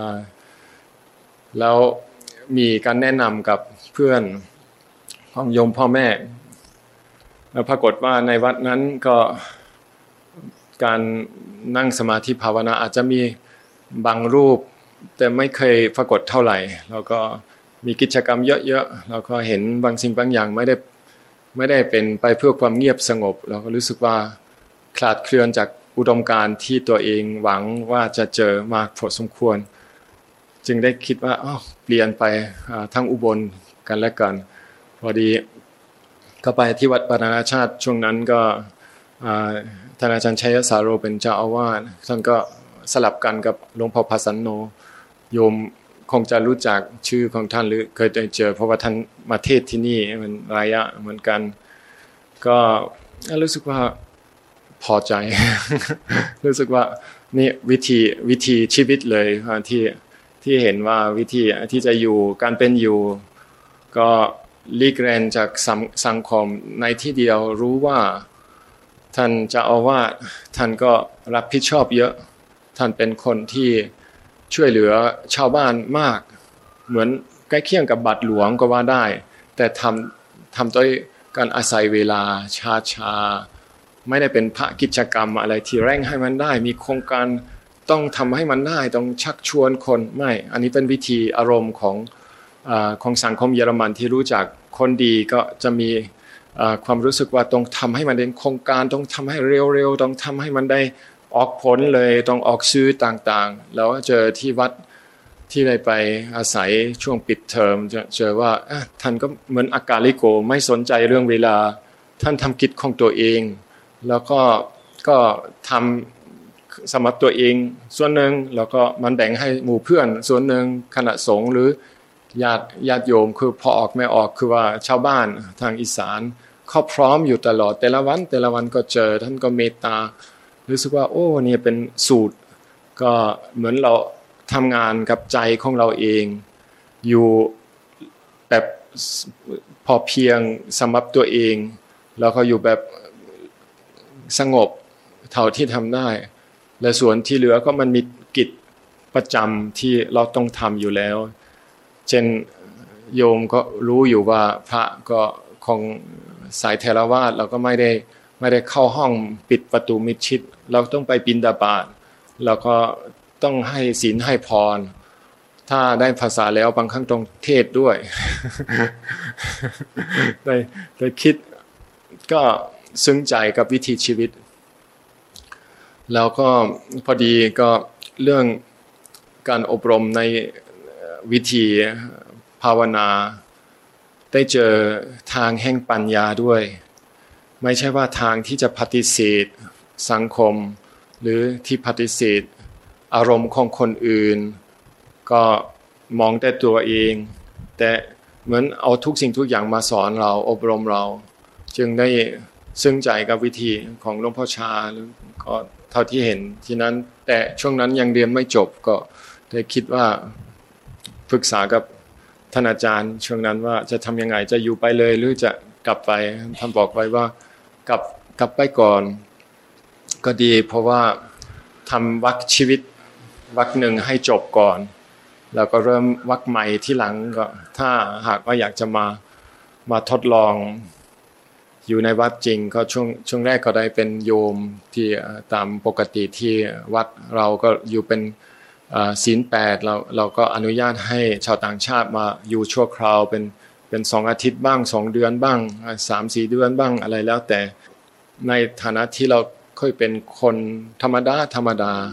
แล้วมีการแนะนำกับเพื่อนพ่อโยมพ่อแม่แล้วปรากฏว่าในวัดนั้นก็การนั่งสมาธิภาวนาอาจจะมีบางรูปแต่ไม่เคยปรากฏเท่าไหร่แล้วก็มีกิจกรรมเยอะๆแล้วก็เห็นบางสิ่งบางอย่างไม่ได้ไม่ได้เป็นไปเพื่อความเงียบสงบเราก็รู้สึกว่าคลาดเคลื่อนจากอุดมการณ์ที่ตัวเองหวังว่าจะเจอมากพอสมควรจึงได้คิดว่าอ้าวเปลี่ยนไปทั้งอุบลกันและกันพอดีก็ไปที่วัดปานานาชาติช่วงนั้นก็ท่านอาจารย์ชัยสาโรเป็นเจ้าอาวาสท่านก็สลับกันกับหลวงพ่อภาสันโนโยมคงจะรู้จักชื่อของท่านหรือเคยได้เจอเพราะว่าท่านมาเทศที่นี่มันระยะเหมือนกันก็รู้สึกว่าพอใจ รู้สึกว่านี่วิธีวิธีชีวิตเลยที่ที่เห็นว่าวิธีที่จะอยู่การเป็นอยู่ก็ลีกเล่นจากสังคมในที่เดียวรู้ว่าท่านเจ้าอาวาสท่านก็รับผิดชอบเยอะท่านเป็นคนที่ช่วยเหลือชาวบ้านมากเหมือนใกล้เคียงกับบาทหลวงก็ว่าได้แต่ทำทำด้วยการอาศัยเวลาช้าช้าไม่ได้เป็นพระกิจกรรมอะไรที่เร่งให้มันได้มีโครงการต้องทำให้มันได้ต้องชักชวนคนไม่อันนี้เป็นวิธีอารมณ์ของอ่าของสังคมเยอรมันที่รู้จักคนดีก็จะมีความรู้สึกว่าต้องทำให้มันเป็นโครงการต้องทำให้เร็วๆต้องทำให้มันได้ออกผลเลยต้องออกซื้อต่างๆแล้วเจอที่วัดที่ได้ไปอาศัยช่วงปิดเทอมจะเจอว่าท่านก็เหมือนอากาลิโกไม่สนใจเรื่องเวลาท่านทำกิจของตัวเองแล้วก็ก็ทำสำหรับตัวเองส่วนหนึ่งแล้วก็มันแบ่งให้หมู่เพื่อนส่วนหนึ่งคณะสงฆ์หรือญาติญาติโยมคือพอออกไม่ออกคือว่าชาวบ้านทางอีสานเขาพร้อมอยู่ตลอดแต่ละวันแต่ละวันก็เจอท่านก็เมตตารู้สึกว่าโอ้เนี่ยเป็นสูตรก็เหมือนเราทำงานกับใจของเราเองอยู่แบบพอเพียงสำหรับตัวเองแล้วก็อยู่แบบสงบเท่าที่ทำได้และส่วนที่เหลือก็มันมีกิจประจำที่เราต้องทำอยู่แล้วเช่นโยมก็รู้อยู่ว่าพระก็ของสายเทรวาสเราก็ไม่ได้ไม่ได้เข้าห้องปิดประตูมิดชิดเราต้องไปบิณฑบาตแล้วก็ต้องให้ศีลให้พรถ้าได้ภาษาแล้วบางครั้งต้องเทศด้วย ได้ได้คิดก็ซึ้งใจกับวิถีชีวิตแล้วก็พอดีก็เรื่องการอบรมในวิธีภาวนาได้เจอทางแห่งปัญญาด้วยไม่ใช่ว่าทางที่จะปฏิเสธสังคมหรือที่ปฏิเสธอารมณ์ของคนอื่นก็มองแต่ตัวเองแต่เหมือนเอาทุกสิ่งทุกอย่างมาสอนเราอบรมเราจึงได้ซึ้งใจกับวิธีของหลวงพ่อชาก็เท่าที่เห็นที่นั้นแต่ช่วงนั้นยังเรียนไม่จบก็ได้คิดว่าปรึกษากับท่านอาจารย์ช่วงนั้นว่าจะทำยังไงจะอยู่ไปเลยหรือจะกลับไปท่านบอกไว้ว่ากลับกลับไปก่อนก็ดีเพราะว่าทำวัดชีวิตวรรคหนึ่งให้จบก่อนแล้วก็เริ่มวรรคใหม่ที่หลังก็ถ้าหากว่าอยากจะมามาทดลองอยู่ในวัดจริงก็ช่วงช่วงแรกก็ได้เป็นโยมที่ตามปกติที่วัดเราก็อยู่เป็นศีลแปดเราเราก็อนุญาตให้ชาวต่างชาติมาอยู่ชั่วคราวเป็นเป็นสองอาทิตย์บ้างสองเดือนบ้างสามสี่เดือนบ้างอะไรแล้วแต่ในฐานะที่เราค่อยเป็นคนธรรมดาธรรมดา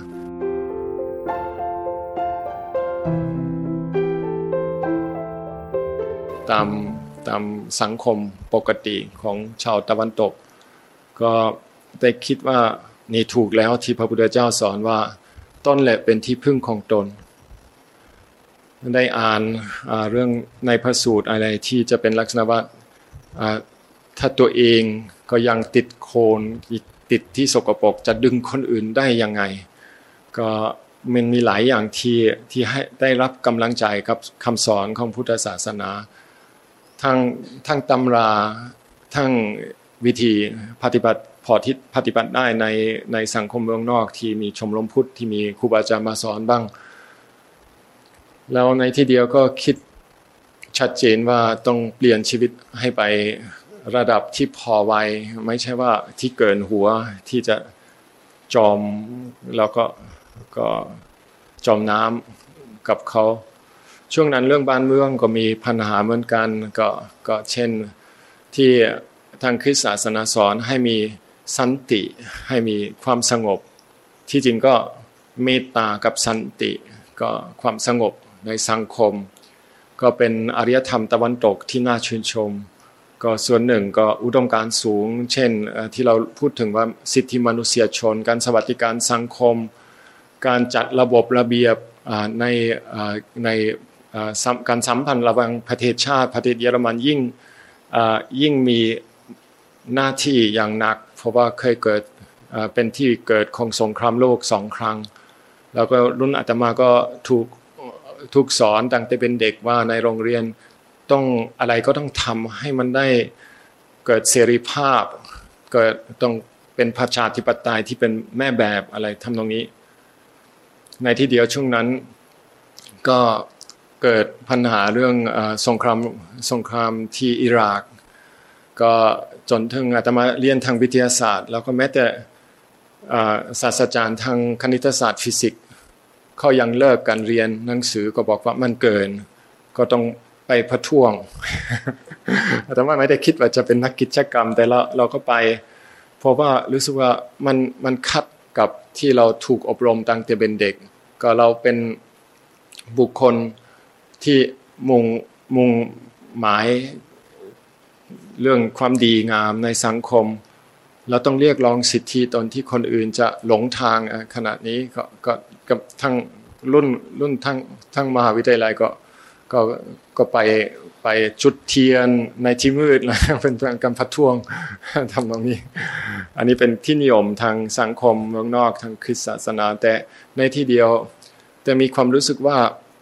ตามตามสังคมปกติของชาวตะวันตกก็ได้คิดว่านี่ถูกแล้วที่พระพุทธเจ้าสอนว่าต้นแหละเป็นที่พึ่งของตนได้อ่านเรื่องในพระสูตรอะไรที่จะเป็นลักษณะว่าถ้าตัวเองก็ยังติดโคลนติดที่สกปรกจะดึงคนอื่นได้ยังไงก็มันมีหลายอย่างที่ที่ให้ได้รับกำลังใจกับคำสอนของพุทธศาสนาทั้งทั้งตำราทั้งวิธีปฏิบัติพอที่ปฏิบัติได้ในในสังคมเมืองนอกที่มีชมรมพุทธที่มีครูบาอาจารย์มาสอนบ้างแล้วในที่เดียวก็คิดชัดเจนว่าต้องเปลี่ยนชีวิตให้ไประดับที่พอไวไม่ใช่ว่าที่เกินหัวที่จะจมแล้วก็ก็จมน้ำกับเขาช่วงนั้นเรื่องบ้านเมืองก็มีปัญหาเหมือนกันก็ก็เช่นที่ทางคริสตศาสนาสอนให้มีสันติให้มีความสงบที่จริงก็เมตตากับสันติก็ความสงบในสังคมก็เป็นอารยธรรมตะวันตกที่น่าชื่นชมก็ส่วนหนึ่งก็อุดมการณ์สูงเช่นที่เราพูดถึงว่าสิทธิมนุษยชนการสวัสดิการสังคมการจัดระบบระเบียบในในการสัมพันธ์ระหว่างประเทศชาติประเทศเยอรมันยิ่งยิ่งมีหน้าที่อย่างหนักเพราะว่าเคยเกิดเป็นที่เกิดของสงครามโลกสองครั้งแล้วก็รุ่นอาตมาก็ถูกถูกสอนตั้งแต่เป็นเด็กว่าในโรงเรียนต้องอะไรก็ต้องทำให้มันได้เกิดเสรีภาพเกิดต้องเป็นประชาธิปไตยที่เป็นแม่แบบอะไรทำตรงนี้ในที่เดียวช่วงนั้นก็เกิดปัญหาเรื่องสงครามสงครามที่อิรักก็จนถึงอาตมาเรียนทางวิทยาศาสตร์แล้วก็แม้แต่ศาสตราจารย์ทางคณิตศาสตร์ฟิสิกส์เขายังเลิกการเรียนหนังสือก็บอกว่ามันเกินก็ต้องไปประท้วงอาตมาไม่ได้คิดว่าจะเป็นนักกิจกรรมแต่เราเราก็ไปเพราะว่ารู้สึกว่ามันมันขัดกับที่เราถูกอบรมตั้งแต่เป็นเด็กก็เราเป็นบุคคลที่มุ่งมุ่งหมายเรื่องความดีงามในสังคมเราต้องเรียกร้องสิทธิตนที่คนอื่นจะหลงทางขณะนี้ก็ก็กับทั้งรุ่นรุ่นทั้งทั้งมหาวิทยาลัยก็ก็ก็ไปไปจุดเทียนในที่มืดแล้วเป็นการประท้วงทำตรงนี้อันนี้เป็นที่นิยมทางสังคมเมืองนอกทางคริสตศาสนาแต่ในที่เดียวแต่มีความรู้สึกว่า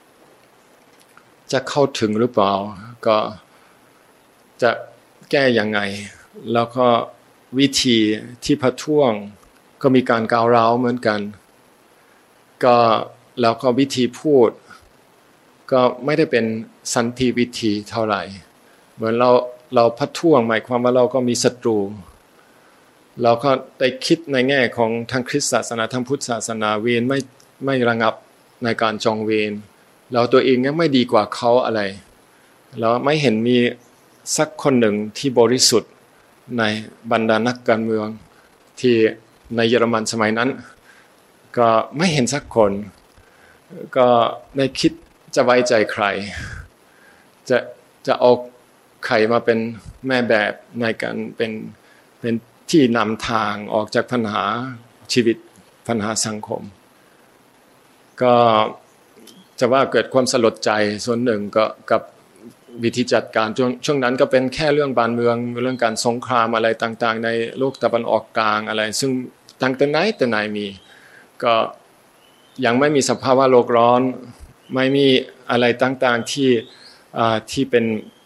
จะเข้าถึงหรือเปล่าก็จะแก้ยังไงแล้วก็วิธีที่ประท้วงก็มีการก้าวร้าวเหมือนกันก็แล้วก็วิธีพูดก็ไม่ได้เป็นสันติวิธีเท่าไหร่เหมือนเราเราประท้วงหมายความว่าเราก็มีศัตรูเราก็ได้คิดในแง่ของทางคริสตศาสนาทางพุทธศาสนาเวรไม่ไม่ระงับในการจองเวรเราตัวเองยังไม่ดีกว่าเขาอะไรแล้วไม่เห็นมีสักคนหนึ่งที่บริสุทธิ์ในบรรดานักการเมืองที่ในเยอรมันสมัยนั้นก็ไม่เห็นสักคนก็ได้คิดจะไว้ใจใครจะจะเอาใครมาเป็นแม่แบบในการเป็นเป็นที่นำทางออกจากปัญหาชีวิตปัญหาสังคมก็จะว่าเกิดความสลดใจส่วนหนึ่งก็กับวิธีจัดการช่วงช่วงนั้นก็เป็นแค่เรื่องบ้านเมืองเรื่องการสงครามอะไรต่างๆในโลกตะวันออกกลางอะไรซึ่งตั้งแต่ไหนแต่ไหนมีก็ยังไม่มีสภาวะโลกร้อนไม่มีอะไรต่างๆที่ที่เป็น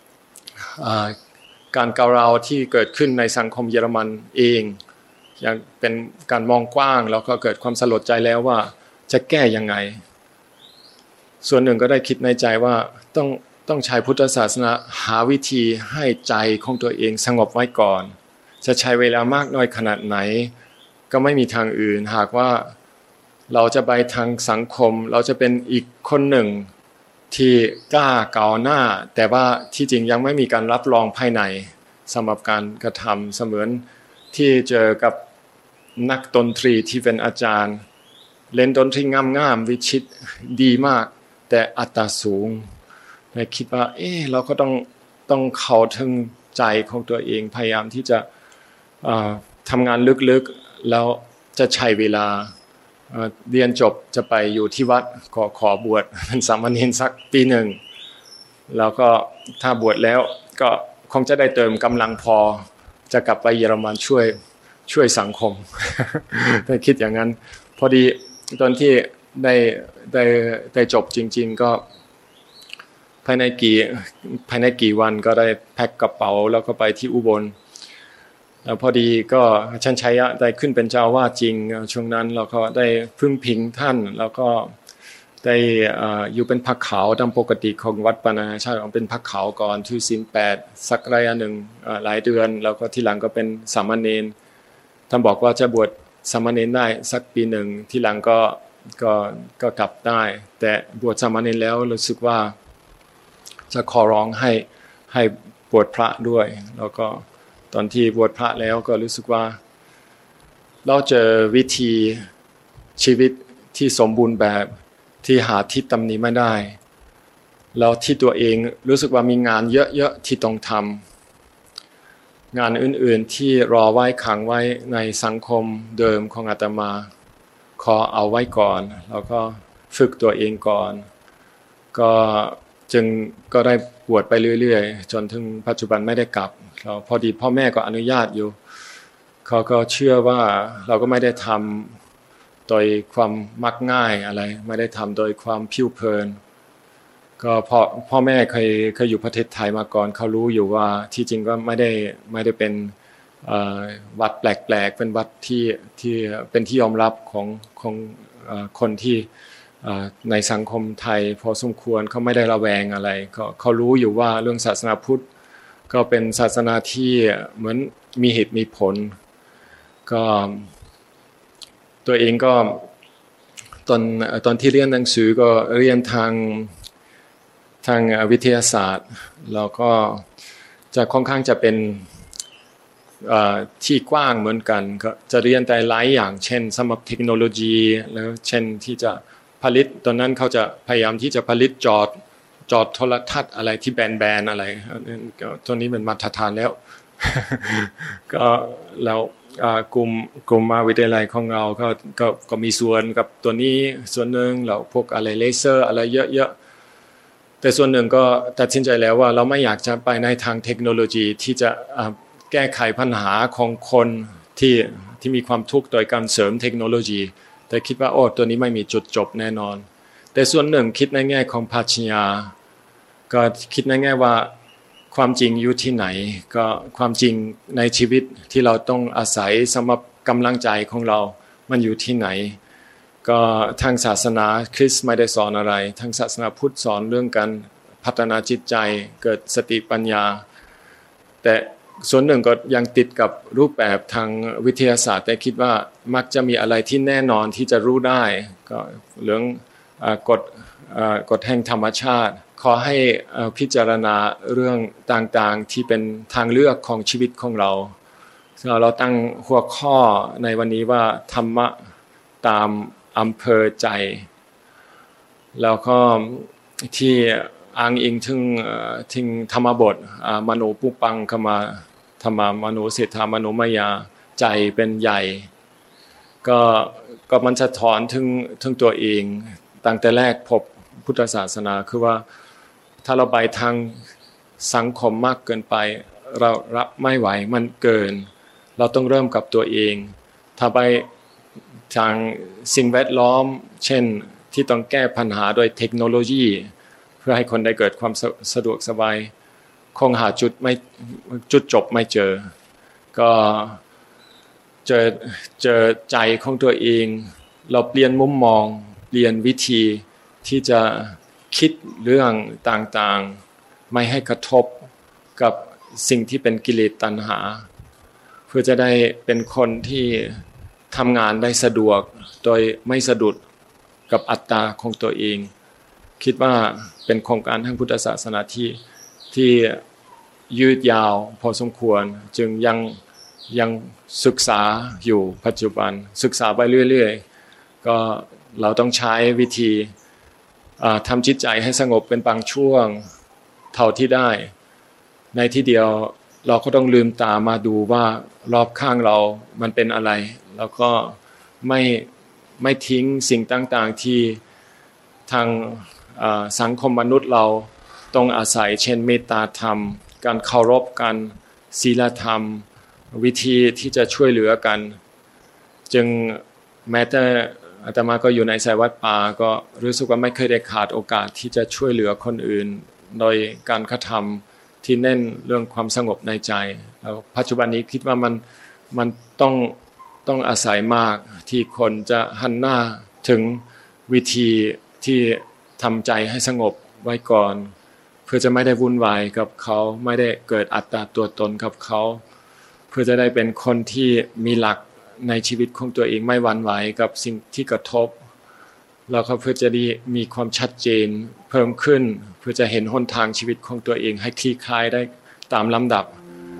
การก้าวร้าวที่เกิดขึ้นในสังคมเยอรมันเองยังเป็นการมองกว้างแล้วก็เกิดความสลดใจแล้วว่าจะแก้ยังไงส่วนหนึ่งก็ได้คิดในใจว่าต้องต้องใช้พุทธศาสนาหาวิธีให้ใจของตัวเองสงบไว้ก่อนจะใช้เวลามากน้อยขนาดไหนก็ไม่มีทางอื่นหากว่าเราจะไปทางสังคมเราจะเป็นอีกคนหนึ่งที่กล้าก้าวหน้าแต่ว่าที่จริงยังไม่มีการรับรองภายในสำหรับการกระทำเสมือนที่เจอกับนักดนตรีที่เป็นอาจารย์เล่นดนตรีงามๆวิชิตดีมากแต่อัตราสูงเลยคิดว่าเออเราก็ต้องต้องเข้าถึงใจของตัวเองพยายามที่จะทำงานลึกๆแล้วจะใช้เวลาเรียนจบจะไปอยู่ที่วัดขอขอบวชเป็นสามเณรสักปีหนึ่งแล้วก็ถ้าบวชแล้วก็คงจะได้เติมกำลังพอจะกลับไปเยอรมันช่วยช่วยสังคม ได้คิดอย่างนั้นพอดีตอนที่ได้ได้ได้จบจริงๆก็ภายในกี่ภายในกี่วันก็ได้แพ็คกระเป๋าแล้วก็ไปที่อุบลแล้วพอดีก็ชันชัยะได้ขึ้นเป็นเจ้าวาดจริงช่วงนั้นเราก็ได้พึ่งพิงท่านแล้วก็ได้อยู่เป็นพักขาวตามปกติของวัดปานาชาติเป็นพักขาวก่อนถือศีลแปดสักระยะหนึ่งหลายเดือนแล้วก็ที่หลังก็เป็นสามเณรท่านบอกว่าจะบวชสามเณรได้สักปีหนึ่งที่หลังก็ก็ก็กลับได้แต่บวชสามเณรแล้วรู้สึกว่าจะขอร้องให้ให้บวชพระด้วยแล้วก็ตอนที่บวชพระแล้วก็รู้สึกว่าเราเจอวิธีชีวิตที่สมบูรณ์แบบที่หาที่ตำหนิไม่ได้แล้วที่ตัวเองรู้สึกว่ามีงานเยอะๆที่ต้องทำงานอื่นๆที่รอไว้ขังไว้ในสังคมเดิมของอาตมาขอเอาไว้ก่อนแล้วก็ฝึกตัวเองก่อนก็จึงก็ได้บวชไปเรื่อยๆจนถึงปัจจุบันไม่ได้กลับเราพอดีพ่อแม่ก็อนุญาตอยู่เขาก็เชื่อว่าเราก็ไม่ได้ทำโดยความมักง่ายอะไรไม่ได้ทำโดยความผิวเพลินก็พ่อพ่อแม่เคยเคยอยู่ประเทศไทยมาก่อนเขารู้อยู่ว่าที่จริงก็ไม่ได้ไม่ได้เป็นวัดแปลกๆเป็นวัดที่ที่เป็นที่ยอมรับของของคนที่ในสังคมไทยพอสมควรเขาไม่ได้ระแวงอะไรเขาเขารู้อยู่ว่าเรื่องศาสนาพุทธก็เป็นศาสนาที่เหมือนมีเหตุมีผลก็ตัวเองก็ตอนตอนที่เรียนหนังสือก็เรียนทางทางวิทยาศาสตร์แล้วก็จะค่อนข้างจะเป็นที่กว้างเหมือนกันก็จะเรียนแต่หลายอย่างเช่นสำหรับเทคโนโลยีแล้วเช่นที่จะผลิตตอนนั้นเขาจะพยายามที่จะผลิตจอดจอดโทรทัศน์อะไรที่แบนๆอะไรตอนนี้เป็นมาตรฐานแล้ว ก็แล้วกลุ่มกลุ่มมหาวิทยาลัยของเราก็ก็ก็มีส่วนกับตัวนี้ส่วนหนึ่งแล้วพวกอะไรเลเซอร์อะไรเยอะๆแต่ส่วนหนึ่งก็ตัดสินใจแล้วว่าเราไม่อยากจะไปในทางเทคโนโลยีที่จะแก้ไขปัญหาของคนที่ที่มีความทุกข์โดยการเสริมเทคโนโลยีแต่คิดว่าโอ้ตัวนี้ไม่มีจุดจบแน่นอนแต่ส่วนหนึ่งคิดในแง่ของปรัชญาก็คิดในแง่ว่าความจริงอยู่ที่ไหนก็ความจริงในชีวิตที่เราต้องอาศัยสำหรับกำลังใจของเรามันอยู่ที่ไหนก็ทางศาสนาคริสต์ไม่ได้สอนอะไรทางศาสนาพุทธสอนเรื่องการพัฒนาจิตใจเกิดสติปัญญาแต่ส่วนหนึ่งก็ยังติดกับรูปแบบทางวิทยาศาสตร์แต่คิดว่ามักจะมีอะไรที่แน่นอนที่จะรู้ได้ก็เรื่องกฎกฎแห่งธรรมชาติขอให้พิจารณาเรื่องต่างๆที่เป็นทางเลือกของชีวิตของเราเราตั้งหัวข้อในวันนี้ว่าธรรมะตามอำเภอใจแล้วก็ที่อ้างอิงถึงถึงธรรมบทมโนปุปังคมาธรรมามโนเศรษฐามโนมยาใจเป็นใหญ่ก็ก็มันสะท้อนถึงถึงตัวเองตั้งแต่แรกพบพุทธศาสนาคือว่าถ้าเราไปทางสังคมมากเกินไปเรารับไม่ไหวมันเกินเราต้องเริ่มกับตัวเองถ้าไปทางสิ่งแวดล้อมเช่นที่ต้องแก้ปัญหาโดยเทคโนโลยีเพื่อให้คนได้เกิดความสะดวกสบายคงหาจุดไม่จุดจบไม่เจอก็เจอเจอใจของตัวเองเราเปลี่ยนมุมมองเรียนวิธีที่จะคิดเรื่องต่างๆไม่ให้กระทบกับสิ่งที่เป็นกิเลสตัณหาเพื่อจะได้เป็นคนที่ทำงานได้สะดวกโดยไม่สะดุดกับอัตตาของตัวเองคิดว่าเป็นโครงการทางพุทธศาสนาที่ที่ยืดยาวพอสมควรจึงยังยังศึกษาอยู่ปัจจุบันศึกษาไปเรื่อยๆก็เราต้องใช้วิธีทำจิตใจให้สงบเป็นบางช่วงเท่าที่ได้ในที่เดียวเราก็ต้องลืมตามาดูว่ารอบข้างเรามันเป็นอะไรแล้วก็ไม่ไม่ทิ้งสิ่งต่างๆที่ทางสังคมมนุษย์เราต้องอาศัยเช่นเมตตาธรรมการเคารพกันศีลธรรมวิธีที่จะช่วยเหลือกันจึงแม้แต่อาตมาก็อยู่ในสายวัดป่าก็รู้สึกว่าไม่เคยได้ขาดโอกาสที่จะช่วยเหลือคนอื่นโดยการกระทำที่เน้นเรื่องความสงบในใจแล้วปัจจุบันนี้คิดว่ามันมันต้องต้องอาศัยมากที่คนจะหันหน้าถึงวิธีที่ทำใจให้สงบไว้ก่อนเพื่อจะไม่ได้วุ่นวายกับเขาไม่ได้เกิดอัตตาตัวตนกับเขาเพื่อจะได้เป็นคนที่มีหลักในชีวิตของตัวเองไม่หวั่นไหวกับสิ่งที่กระทบแล้วก็เพื่อจะได้มีความชัดเจนเพิ่มขึ้นเพื่อจะเห็นหนทางชีวิตของตัวเองให้คลี่คลายได้ตามลำดับ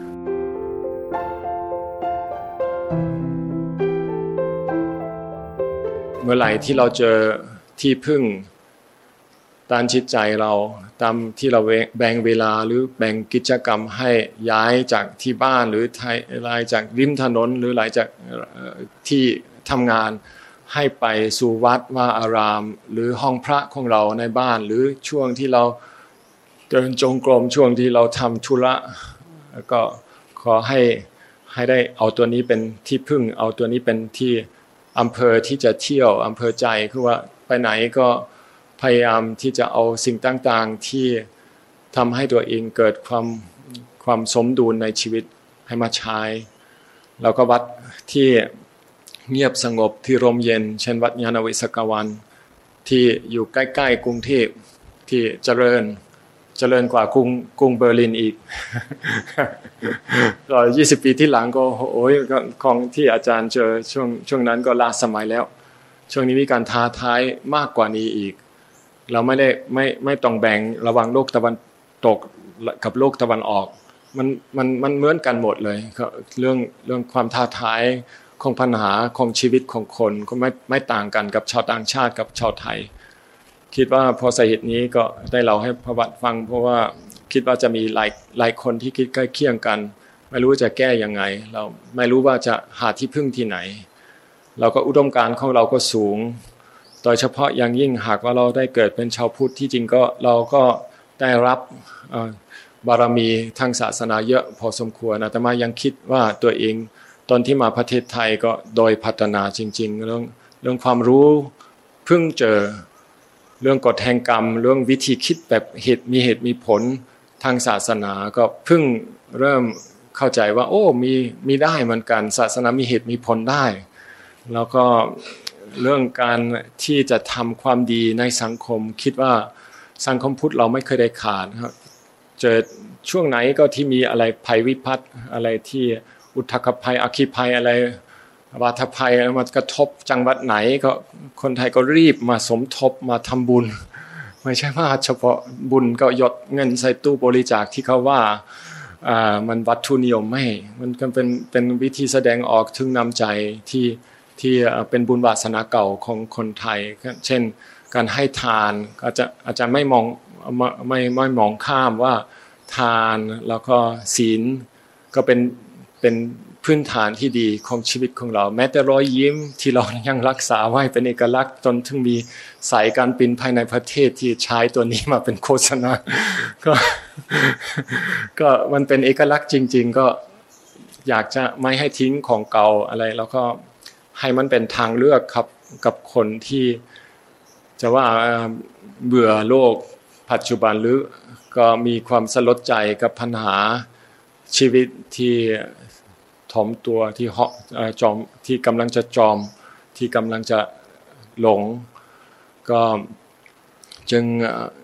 เมื่อไหร่ที่เราเจอที่พึ่งด้านจิตใจเราตามที่เราแบ่งเวลาหรือแบ่งกิจกรรมให้ย้ายจากที่บ้านหรือย้ายจากริมถนนหรือย้ายจากที่ทำงานให้ไปสู่วัดวาอารามหรือห้องพระของเราในบ้านหรือช่วงที่เราเดินจงกรมช่วงที่เราทำธุระก็ขอให้ให้ได้เอาตัวนี้เป็นที่พึ่งเอาตัวนี้เป็นที่อำเภอที่จะเที่ยวอำเภอใจคือว่าไปไหนก็พยายามที่จะเอาสิ่งต่างๆที่ทำให้ตัวเองเกิดความความสมดุลในชีวิตให้มาใช้แล้วก็วัดที่เงียบสงบที่ร่มเย็นเช่นวัดยานวิสกวันที่อยู่ใกล้ๆกรุงเทพที่เจริญเจริญกว่ากรุงกรุงเบอร์ลินอีก ก็ยี่สิบปีที่หลังก็โอ้ยของที่อาจารย์เจอช่วงช่วงนั้นก็ล้าสมัยแล้วช่วงนี้มีการท้าทายมากกว่านี้อีกเราไม่ได้ไม่ไม่ต้องแบ่งระหว่างโลกตะวันตกกับโลกตะวันออกมันมันมันเหมือนกันหมดเลยเรื่องเรื่องความท้าทายของปัญหาของชีวิตของคนก็ไม่ไม่ต่างกันกับชาวต่างชาติกับชาวไทยคิดว่าพอสาเหตุนี้ก็ได้เล่าให้พระวัดฟังเพราะว่าคิดว่าจะมีหลายหลายคนที่คิดใกล้เคียงกันไม่รู้จะแก้ยังไงเราไม่รู้ว่าจะหาที่พึ่งที่ไหนเราก็อุดมการณ์ของเราก็สูงโดยเฉพาะอย่างยิ่งหากว่าเราได้เกิดเป็นชาวพุทธที่จริงก็เราก็ได้รับบารมีทางศาสนาเยอะพอสมควรอาตมายังคิดว่าตัวเองตอนที่มาประเทศไทยก็โดยพัฒนาจริงๆเรื่องเรื่องความรู้เพิ่งเจอเรื่องกฎแห่งกรรมเรื่องวิธีคิดแบบเหตุมีเหตุมีผลทางศาสนาก็เพิ่งเริ่มเข้าใจว่าโอ้มีมีได้เหมือนกันศาสนามีเหตุมีผลได้แล้วก็เรื่องการที่จะทำความดีในสังคมคิดว่าสังคมพุทธเราไม่เคยได้ขาดครับเจอช่วงไหนก็ที่มีอะไรภัยวิบัติอะไรที่อุทกภัยอคีภัยอะไรวาทภัยมากระทบจังหวัดไหนก็คนไทยก็รีบมาสมทบมาทำบุญไม่ใช่ว่าเฉพาะบุญก็หยดเงินใส่ตู้บริจาคที่เขาว่าอ่ามันวัตถุนิยมไม่มันก็เป็นเป็นวิธีแสดงออกถึงน้ำใจที่ที่เป็นบุญวาสนาเก่าของคนไทยเช่นการให้ทานอาจจะอาจจะไม่มองไม่ไม่มองข้ามว่าทานแล้วก็ศีลก็เป็นเป็นพื้นฐานที่ดีของชีวิตของเราแม้แต่รอยยิ้มที่เรายังรักษาไว้เป็นเอกลักษณ์จนถึงมีสายการบินภายในประเทศที่ใช้ตัวนี้มาเป็นโฆษณาก็ก็มันเป็นเอกลักษณ์จริงๆก็อยากจะไม่ให้ทิ้งของเก่าอะไรแล้วก็ให้มันเป็นทางเลือกครับกับคนที่จะว่าเบื่อโลกปัจจุบันหรือก็มีความสลดใจกับปัญหาชีวิตที่ถ่อมตัวที่เหาะจอมที่กำลังจะจอมที่กำลังจะหลงก็จึง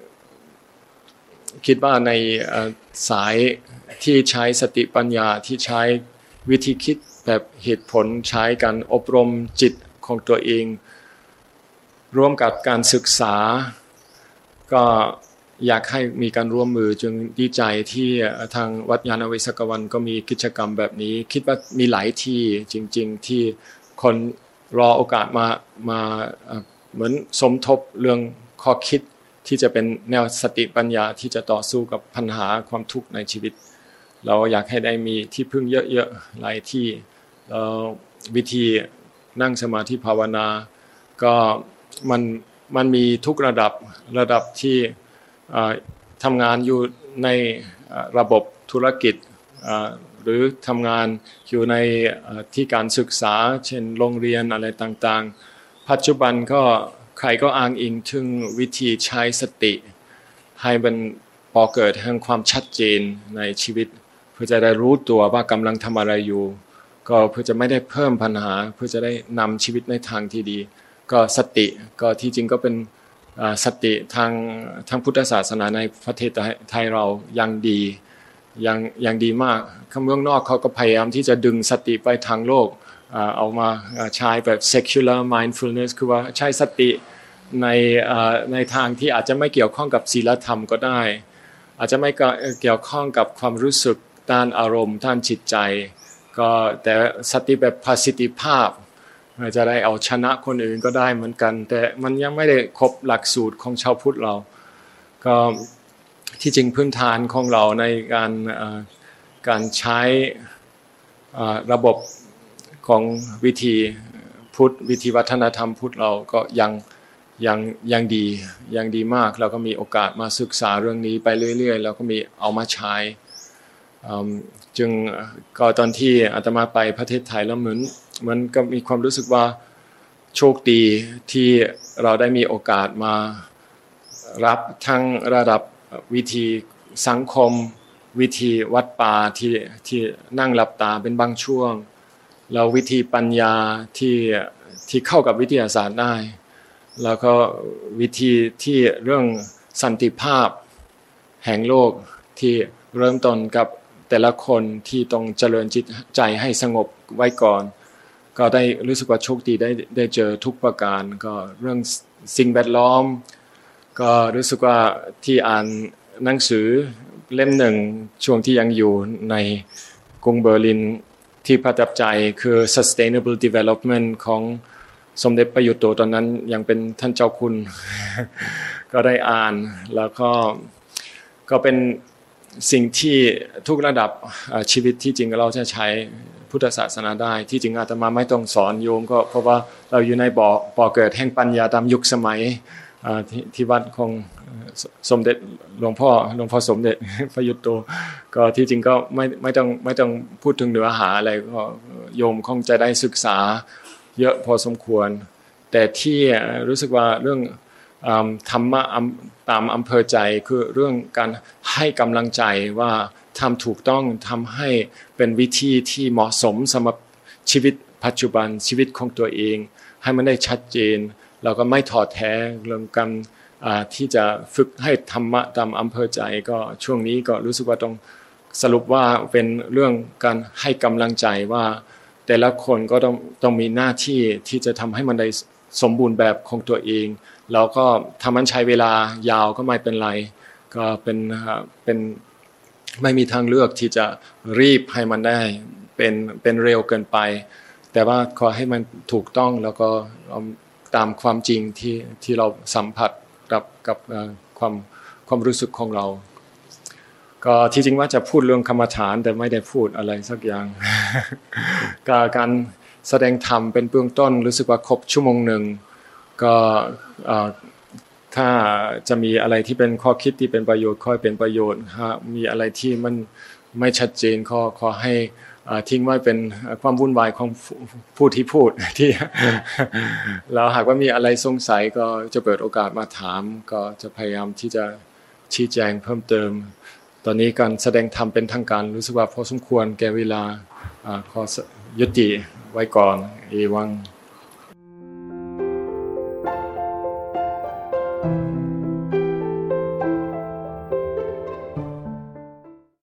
คิดว่าในสายที่ใช้สติปัญญาที่ใช้วิธีคิดแบบเหตุผลใช้การอบรมจิตของตัวเองร่วมกับการศึกษาก็อยากให้มีการร่วมมือจึงดีใจที่ทางวัดยานเวศกวันก็มีกิจกรรมแบบนี้คิดว่ามีหลายที่จริงๆที่คนรอโอกาสมามาเหมือนสมทบเรื่องข้อคิดที่จะเป็นแนวสติปัญญาที่จะต่อสู้กับปัญหาความทุกข์ในชีวิตเราอยากให้ได้มีที่พึ่งเยอะๆหลายที่วิธีนั่งสมาธิภาวนาก็มันมันมีทุกระดับระดับที่ทำงานอยู่ในระบบธุรกิจหรือทำงานอยู่ในที่การศึกษาเช่นโรงเรียนอะไรต่างๆปัจจุบันก็ใครก็อ้างอิงถึงวิธีใช้สติให้มันพอเกิดแห่งความชัดเจนในชีวิตเพื่อจะได้รู้ตัวว่ากำลังทำอะไรอยู่ก็เพื่อจะไม่ได้เพิ่มปัญหาเพื่อจะได้นำชีวิตในทางที่ดีก็สติก็ที่จริงก็เป็นสติทางทางพุทธศาสนาในประเทศไทยเรายังดียังยังดีมากข้างเมืองนอกเขาก็พยายามที่จะดึงสติไปทางโลกเอามาใช้แบบ secular mindfulness คือว่าใช้สติในในทางที่อาจจะไม่เกี่ยวข้องกับศีลธรรมก็ได้อาจจะไม่เกี่ยวข้องกับความรู้สึกด้านอารมณ์ด้านจิตใจก็แต่สติแบบประสิทธิภาพจะได้เอาชนะคนอื่นก็ได้เหมือนกันแต่มันยังไม่ได้ครบหลักสูตรของชาวพุทธเราก็ที่จริงพื้นฐานของเราในการการใช้ระบบของวิธีพุทธวิธีวัฒนธรรมพุทธเราก็ยังยังยังดียังดีมากเราก็มีโอกาสมาศึกษาเรื่องนี้ไปเรื่อยๆแล้วก็มีเอามาใช้จึงก็ตอนที่อาตมาไปประเทศไทยแล้วเหมือนมันก็มีความรู้สึกว่าโชคดีที่เราได้มีโอกาสมารับทั้งระดับวิธีสังคมวิธีวัดป่าที่ที่นั่งหลับตาเป็นบางช่วงแล้ววิธีปัญญาที่ที่เข้ากับวิทยาศาสตร์ได้แล้วก็วิธีที่เรื่องสันติภาพแห่งโลกที่เริ่มต้นกับแต่ละคนที่ต้องเจริญจิตใจให้สงบไว้ก่อนก็ได้รู้สึกว่าโชคดีได้ได้เจอทุกประการก็เรื่องสิ่งแวดล้อมก็รู้สึกว่าที่อ่านหนังสือเล่มหนึ่งช่วงที่ยังอยู่ในกรุงเบอร์ลินที่ประทับใจคือ Sustainable Development ของสมเด็จพระยุตโตตอนนั้นยังเป็นท่านเจ้าคุณ ก็ได้อ่านแล้วก็ก็เป็นสิ่งที่ทุกระดับชีวิตที่จริงเราจะใช้พุทธศาสนาได้ที่จริงอาตมาไม่ต้องสอนโยมก็เพราะว่าเราอยู่ในบ่อบ่อเกิดแห่งปัญญาตามยุคสมัยที่ที่วัดของสมเด็จหลวงพ่อหลวงพ่อสมเด็จพระยุตโตก็ที่จริงก็ไม่ไม่ต้องไม่ต้องพูดถึงเนื้อหาอะไรก็โยมคงจะได้ศึกษาเยอะพอสมควรแต่ที่รู้สึกว่าเรื่องธรรมะตามอำเภอใจคือเรื่องการให้กำลังใจว่าทำถูกต้องทำให้เป็นวิธีที่เหมาะสมสำหรับชีวิตปัจจุบันชีวิตของตัวเองให้มันได้ชัดเจนเราก็ไม่ท้อแท้เรื่องการที่จะฝึกให้ธรรมะตามอำเภอใจก็ช่วงนี้ก็รู้สึกว่าต้องสรุปว่าเป็นเรื่องการให้กำลังใจว่าแต่ละคนก็ต้องต้องมีหน้าที่ที่จะทำให้มันได้สมบูรณ์แบบของตัวเองแล้วก็ถ้ามันใช้เวลายาวก็ไม่เป็นไรก็เป็นเป็นไม่มีทางเลือกที่จะรีบให้มันได้เป็นเป็นเร็วเกินไปแต่ว่าขอให้มันถูกต้องแล้วก็ตามความจริงที่ที่เราสัมผัสกับกับความความรู้สึกของเราก็ที่จริงว่าจะพูดเรื่องกรรมฐานแต่ไม่ได้พูดอะไรสักอย่าง การแสดงธรรมเป็นเบื้องต้นรู้สึกว่าครบชั่วโมงหนึ่งก็ถ้าจะมีอะไรที่เป็นข้อคิดที่เป็นประโยชน์ค่อยเป็นประโยชน์ฮะมีอะไรที่มันไม่ชัดเจนขอขอให้ทิ้งไว้เป็นความวุ่นวายของผู้ที่พูดที่แล้วหากว่ามีอะไรสงสัยก็จะเปิดโอกาสมาถามก็จะพยายามที่จะชี้แจงเพิ่มเติมตอนนี้การแสดงธรรมเป็นทางการรู้สึกว่าพอสมควรแก่เวลาขอยุติไว้ก่อนเอวัง